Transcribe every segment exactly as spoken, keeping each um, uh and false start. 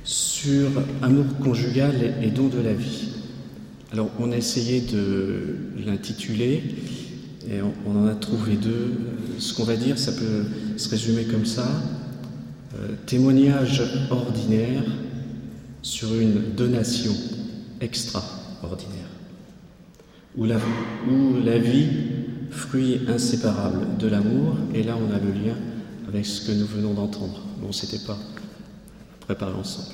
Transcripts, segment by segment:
sur amour conjugal et don de la vie. Alors, on a essayé de l'intituler et on, on en a trouvé deux. Ce qu'on va dire, ça peut se résumer comme ça. Euh, témoignage ordinaire sur une donation extraordinaire. Où la, où la vie, fruit inséparable de l'amour, et là on a le lien avec ce que nous venons d'entendre. Bon, c'était pas préparé ensemble.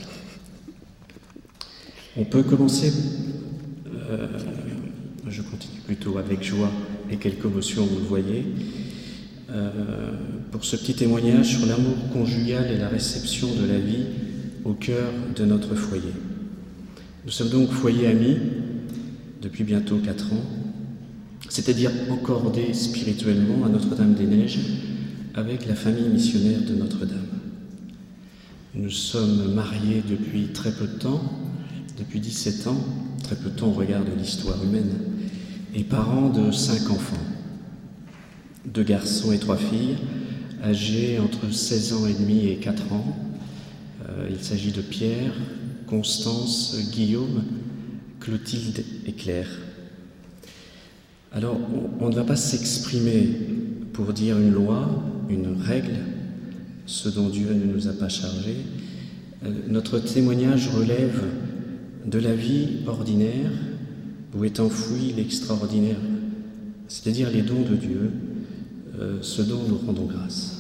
On peut commencer, euh, je continue plutôt avec joie et quelques émotions, vous le voyez, euh, pour ce petit témoignage sur l'amour conjugal et la réception de la vie au cœur de notre foyer. Nous sommes donc foyer amis depuis bientôt quatre ans, c'est-à-dire encordés spirituellement à Notre-Dame-des-Neiges avec la famille missionnaire de Notre-Dame. Nous sommes mariés depuis très peu de temps, depuis dix-sept ans, très peu de temps au regard de l'histoire humaine, et parents de cinq enfants, deux garçons et trois filles, âgés entre seize ans et demi et quatre ans. Euh, il s'agit de Pierre, Constance, Guillaume, Clotilde et Claire. Alors, on, on ne va pas s'exprimer pour dire une loi, une règle, ce dont Dieu ne nous a pas chargé. Euh, notre témoignage relève de la vie ordinaire où est enfoui l'extraordinaire, c'est-à-dire les dons de Dieu, euh, ce dont nous rendons grâce.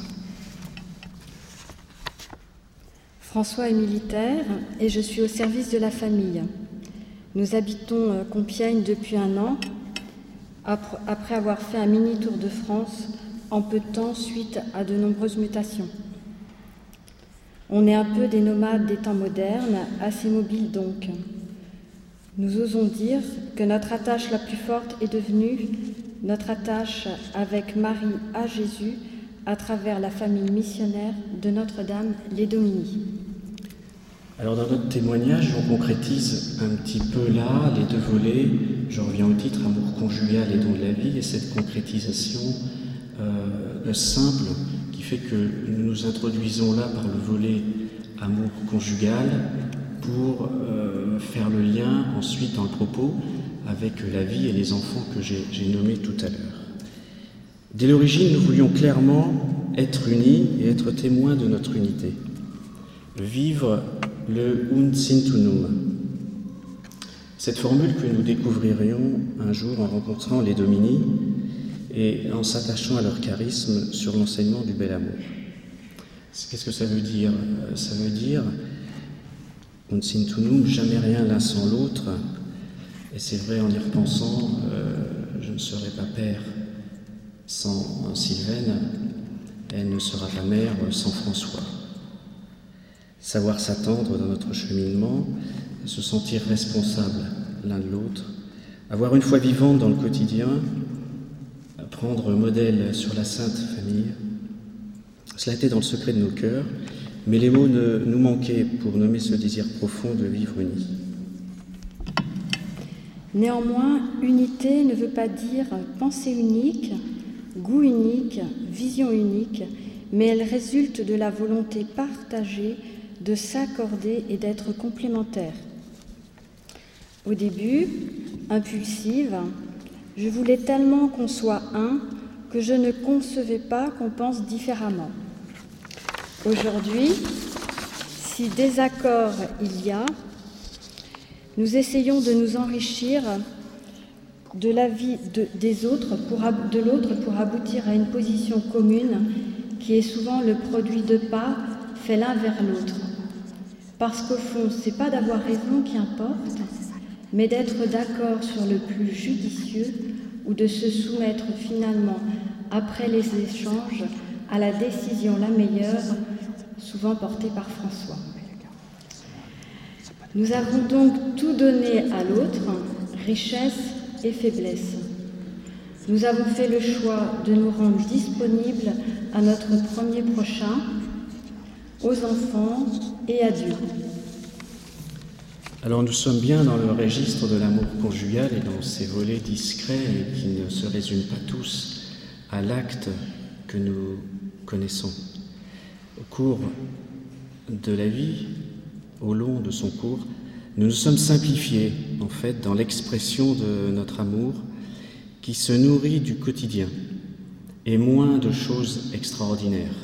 François est militaire et je suis au service de la famille. Nous habitons Compiègne depuis un an, après avoir fait un mini-tour de France en peu de temps suite à de nombreuses mutations. On est un peu des nomades des temps modernes, assez mobiles donc. Nous osons dire que notre attache la plus forte est devenue notre attache avec Marie à Jésus à travers la famille missionnaire de Notre-Dame, les Dominies. Alors dans notre témoignage, on concrétise un petit peu là les deux volets. Je reviens au titre, amour conjugal et don de la vie, et cette concrétisation euh, simple qui fait que nous nous introduisons là par le volet amour conjugal pour euh, faire le lien ensuite dans le propos avec la vie et les enfants que j'ai, j'ai nommés tout à l'heure. Dès l'origine, nous voulions clairement être unis et être témoins de notre unité. Vivre le Ut Sint Unum. Cette formule que nous découvririons un jour en rencontrant les Dominies et en s'attachant à leur charisme sur l'enseignement du bel amour. Qu'est-ce que ça veut dire ? Ça veut dire Ut Sint Unum, jamais rien l'un sans l'autre. Et c'est vrai, en y repensant, euh, je ne serai pas père sans Sylvaine, elle ne sera pas mère sans François. Savoir s'attendre dans notre cheminement, se sentir responsable l'un de l'autre, avoir une foi vivante dans le quotidien, prendre modèle sur la Sainte Famille, cela était dans le secret de nos cœurs, mais les mots ne, nous manquaient pour nommer ce désir profond de vivre unis. Néanmoins, unité ne veut pas dire pensée unique, goût unique, vision unique, mais elle résulte de la volonté partagée de s'accorder et d'être complémentaires. Au début, impulsive, je voulais tellement qu'on soit un que je ne concevais pas qu'on pense différemment. Aujourd'hui, si désaccord il y a, nous essayons de nous enrichir de la vie de, des autres pour, de l'autre pour aboutir à une position commune qui est souvent le produit de pas fait l'un vers l'autre. Parce qu'au fond, ce n'est pas d'avoir raison qui importe, mais d'être d'accord sur le plus judicieux ou de se soumettre finalement, après les échanges, à la décision la meilleure, souvent portée par François. Nous avons donc tout donné à l'autre, richesse et faiblesse. Nous avons fait le choix de nous rendre disponibles à notre premier prochain, aux enfants et à Dieu. Alors nous sommes bien dans le registre de l'amour conjugal et dans ces volets discrets et qui ne se résument pas tous à l'acte que nous connaissons. Au cours de la vie, au long de son cours, nous nous sommes simplifiés, en fait, dans l'expression de notre amour qui se nourrit du quotidien et moins de choses extraordinaires.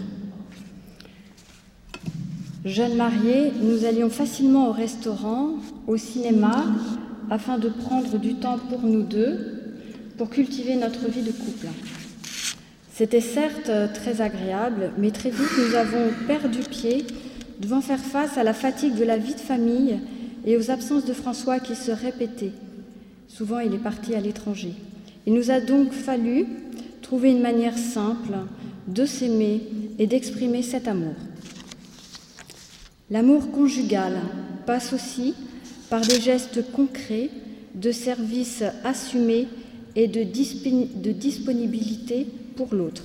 Jeunes mariés, nous allions facilement au restaurant, au cinéma, afin de prendre du temps pour nous deux, pour cultiver notre vie de couple. C'était certes très agréable, mais très vite nous avons perdu pied devant faire face à la fatigue de la vie de famille et aux absences de François qui se répétaient. Souvent, il est parti à l'étranger. Il nous a donc fallu trouver une manière simple de s'aimer et d'exprimer cet amour. L'amour conjugal passe aussi par des gestes concrets de service assumé et de, disp- de disponibilité pour l'autre.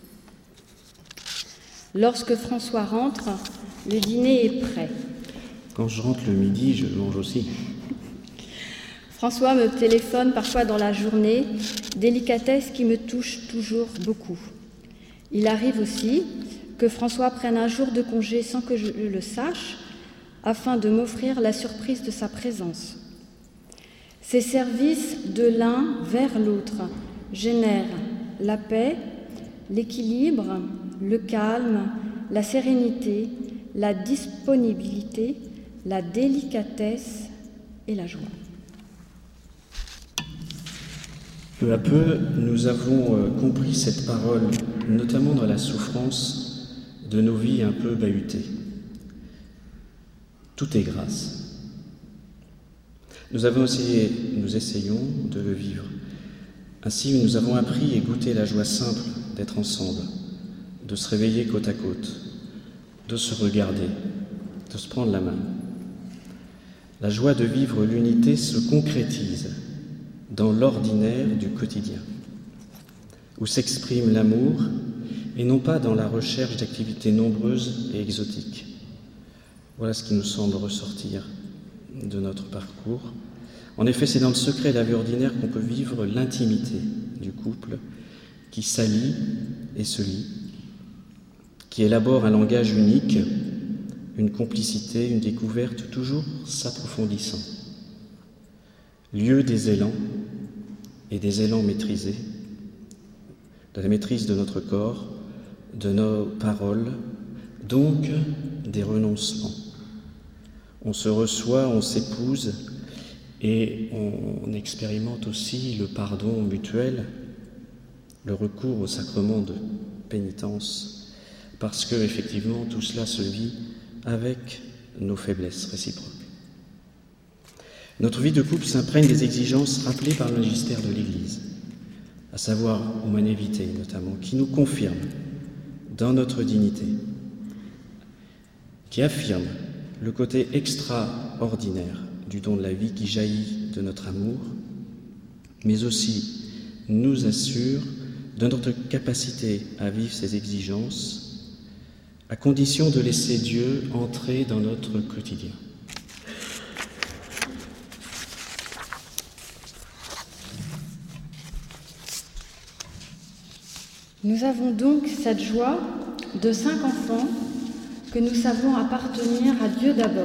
Lorsque François rentre, le dîner est prêt. Quand je rentre le midi, je mange aussi. François me téléphone parfois dans la journée, délicatesse qui me touche toujours beaucoup. Il arrive aussi que François prenne un jour de congé sans que je le sache, afin de m'offrir la surprise de sa présence. Ces services de l'un vers l'autre génèrent la paix, l'équilibre, le calme, la sérénité, la disponibilité, la délicatesse et la joie. Peu à peu, nous avons compris cette parole, notamment dans la souffrance de nos vies un peu bahutées. Tout est grâce. Nous avons essayé, nous essayons de le vivre. Ainsi, nous avons appris et goûté la joie simple d'être ensemble, de se réveiller côte à côte, de se regarder, de se prendre la main. La joie de vivre l'unité se concrétise dans l'ordinaire du quotidien, où s'exprime l'amour et non pas dans la recherche d'activités nombreuses et exotiques. Voilà ce qui nous semble ressortir de notre parcours. En effet, c'est dans le secret de la vie ordinaire qu'on peut vivre l'intimité du couple qui s'allie et se lie, qui élabore un langage unique, une complicité, une découverte toujours s'approfondissant. Lieu des élans et des élans maîtrisés, de la maîtrise de notre corps, de nos paroles, donc des renoncements. On se reçoit, on s'épouse et on expérimente aussi le pardon mutuel, le recours au sacrement de pénitence, parce que effectivement tout cela se vit avec nos faiblesses réciproques. Notre vie de couple s'imprègne des exigences rappelées par le magistère de l'Église, à savoir humanité notamment, qui nous confirme dans notre dignité, qui affirme le côté extraordinaire du don de la vie qui jaillit de notre amour, mais aussi nous assure de notre capacité à vivre ces exigences, à condition de laisser Dieu entrer dans notre quotidien. Nous avons donc cette joie de cinq enfants que nous savons appartenir à Dieu d'abord.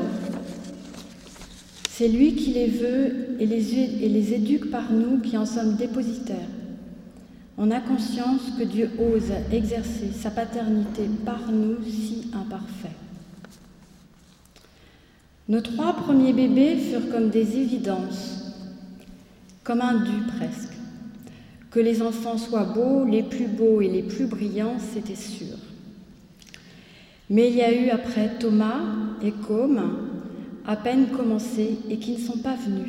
C'est lui qui les veut et les, et les éduque par nous qui en sommes dépositaires. On a conscience que Dieu ose exercer sa paternité par nous si imparfaits. Nos trois premiers bébés furent comme des évidences, comme un dû presque. Que les enfants soient beaux, les plus beaux et les plus brillants, c'était sûr. Mais il y a eu après Thomas et Com, à peine commencés et qui ne sont pas venus.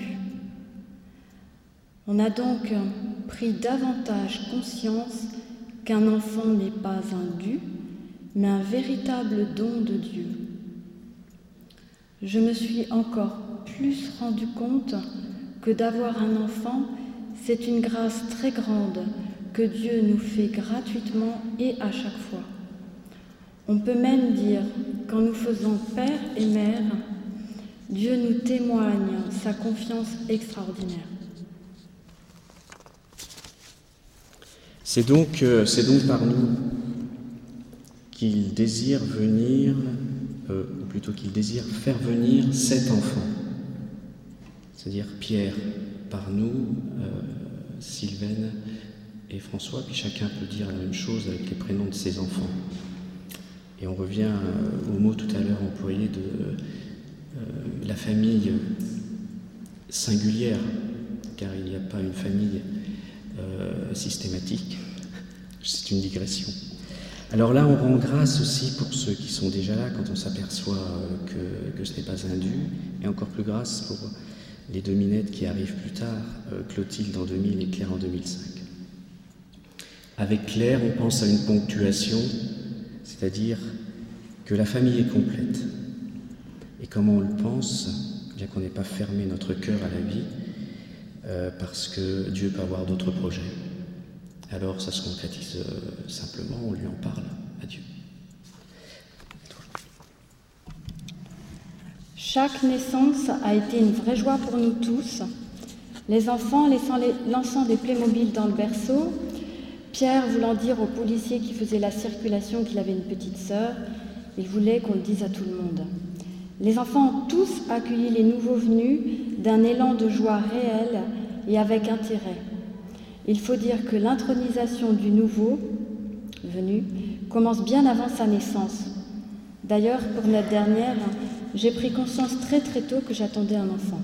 On a donc pris davantage conscience qu'un enfant n'est pas un dû, mais un véritable don de Dieu. Je me suis encore plus rendu compte que d'avoir un enfant, c'est une grâce très grande que Dieu nous fait gratuitement et à chaque fois. On peut même dire qu'en nous faisant père et mère, Dieu nous témoigne sa confiance extraordinaire. C'est donc, euh, c'est donc par nous qu'il désire venir euh, ou plutôt qu'il désire faire venir sept enfants, c'est-à-dire Pierre par nous, euh, Sylvaine et François, puis chacun peut dire la même chose avec les prénoms de ses enfants. Et on revient euh, au mot tout à l'heure employé de euh, la famille singulière, car il n'y a pas une famille euh, systématique. C'est une digression. Alors là, on rend grâce aussi pour ceux qui sont déjà là, quand on s'aperçoit que, que ce n'est pas un dû, et encore plus grâce pour les deux minettes qui arrivent plus tard, euh, Clotilde en deux mille et Claire en deux mille cinq. Avec Claire, on pense à une ponctuation, c'est-à-dire que la famille est complète. Et comment on le pense, bien qu'on n'ait pas fermé notre cœur à la vie, euh, parce que Dieu peut avoir d'autres projets. Alors ça se concrétise euh, simplement, on lui en parle à Dieu. Chaque naissance a été une vraie joie pour nous tous. Les enfants laissant les, lançant des Playmobil dans le berceau, Pierre voulant dire au policier qui faisait la circulation qu'il avait une petite sœur, il voulait qu'on le dise à tout le monde. Les enfants ont tous accueilli les nouveaux venus d'un élan de joie réel et avec intérêt. Il faut dire que l'intronisation du nouveau venu commence bien avant sa naissance. D'ailleurs, pour notre dernière, j'ai pris conscience très très tôt que j'attendais un enfant.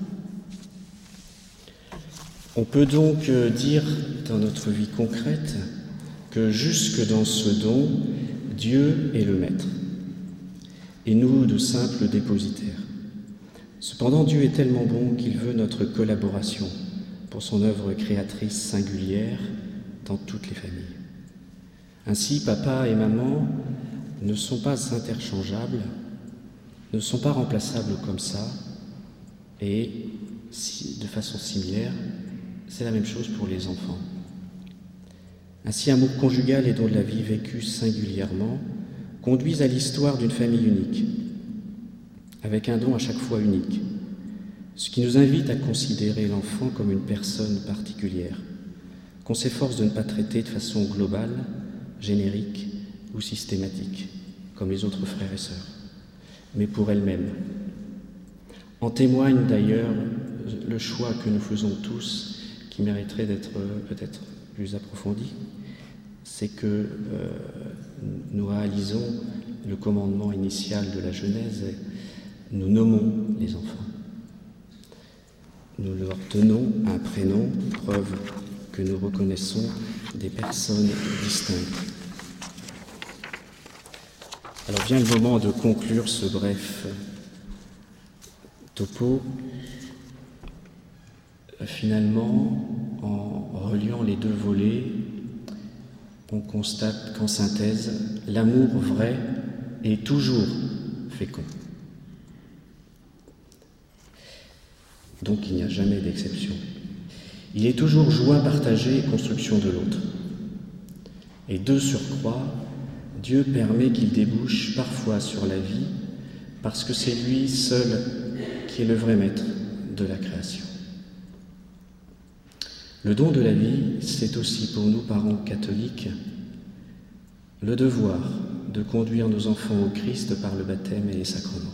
On peut donc dire dans notre vie concrète que jusque dans ce don, Dieu est le maître et nous de simples dépositaires. Cependant, Dieu est tellement bon qu'il veut notre collaboration pour son œuvre créatrice singulière dans toutes les familles. Ainsi, papa et maman ne sont pas interchangeables, ne sont pas remplaçables comme ça, et si, de façon similaire, c'est la même chose pour les enfants. Ainsi, amour conjugal et don de la vie vécu singulièrement conduisent à l'histoire d'une famille unique, avec un don à chaque fois unique, ce qui nous invite à considérer l'enfant comme une personne particulière, qu'on s'efforce de ne pas traiter de façon globale, générique ou systématique, comme les autres frères et sœurs, mais pour elle-même. En témoigne d'ailleurs le choix que nous faisons tous, qui mériterait d'être peut-être plus approfondi, c'est que euh, nous réalisons le commandement initial de la Genèse, et nous nommons les enfants. Nous leur donnons un prénom, preuve que nous reconnaissons des personnes distinctes. Alors vient le moment de conclure ce bref topo. Finalement, en reliant les deux volets, on constate qu'en synthèse, l'amour vrai est toujours fécond. Donc il n'y a jamais d'exception. Il est toujours joie partagée et construction de l'autre. Et de surcroît, Dieu permet qu'il débouche parfois sur la vie, parce que c'est lui seul qui est le vrai maître de la création. Le don de la vie, c'est aussi pour nous, parents catholiques, le devoir de conduire nos enfants au Christ par le baptême et les sacrements.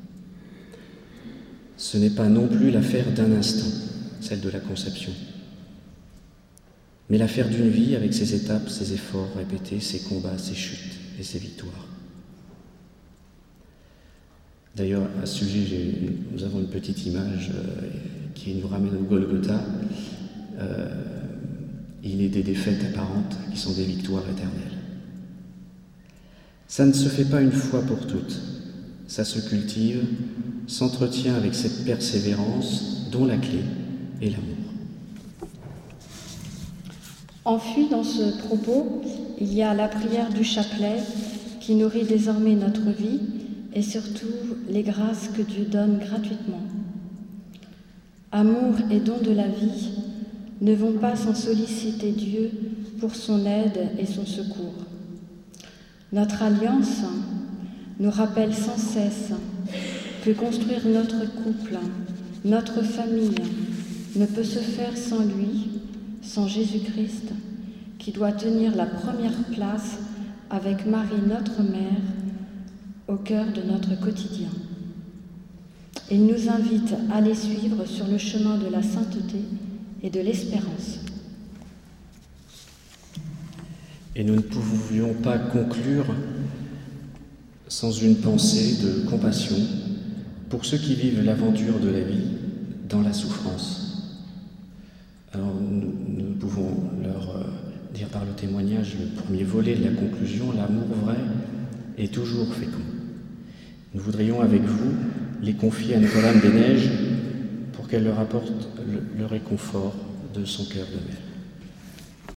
Ce n'est pas non plus l'affaire d'un instant, celle de la conception, mais l'affaire d'une vie avec ses étapes, ses efforts répétés, ses combats, ses chutes et ses victoires. D'ailleurs, à ce sujet, j'ai, nous avons une petite image euh, qui nous ramène au Golgotha. Euh, il est des défaites apparentes qui sont des victoires éternelles. Ça ne se fait pas une fois pour toutes. Ça se cultive, s'entretient avec cette persévérance dont la clé est l'amour. Enfui dans ce propos, il y a la prière du chapelet qui nourrit désormais notre vie et surtout les grâces que Dieu donne gratuitement. Amour et don de la vie ne vont pas sans solliciter Dieu pour son aide et son secours. Notre alliance nous rappelle sans cesse que construire notre couple, notre famille, ne peut se faire sans lui, sans Jésus-Christ, qui doit tenir la première place avec Marie, notre mère, au cœur de notre quotidien. Il nous invite à les suivre sur le chemin de la sainteté et de l'espérance. Et nous ne pouvions pas conclure sans une pensée de compassion pour ceux qui vivent l'aventure de la vie dans la souffrance. Alors nous, nous pouvons leur euh, dire par le témoignage le premier volet de la conclusion, l'amour vrai est toujours fécond. Nous voudrions avec vous les confier à Notre-Dame des Neiges pour qu'elle leur apporte le, le réconfort de son cœur de mère.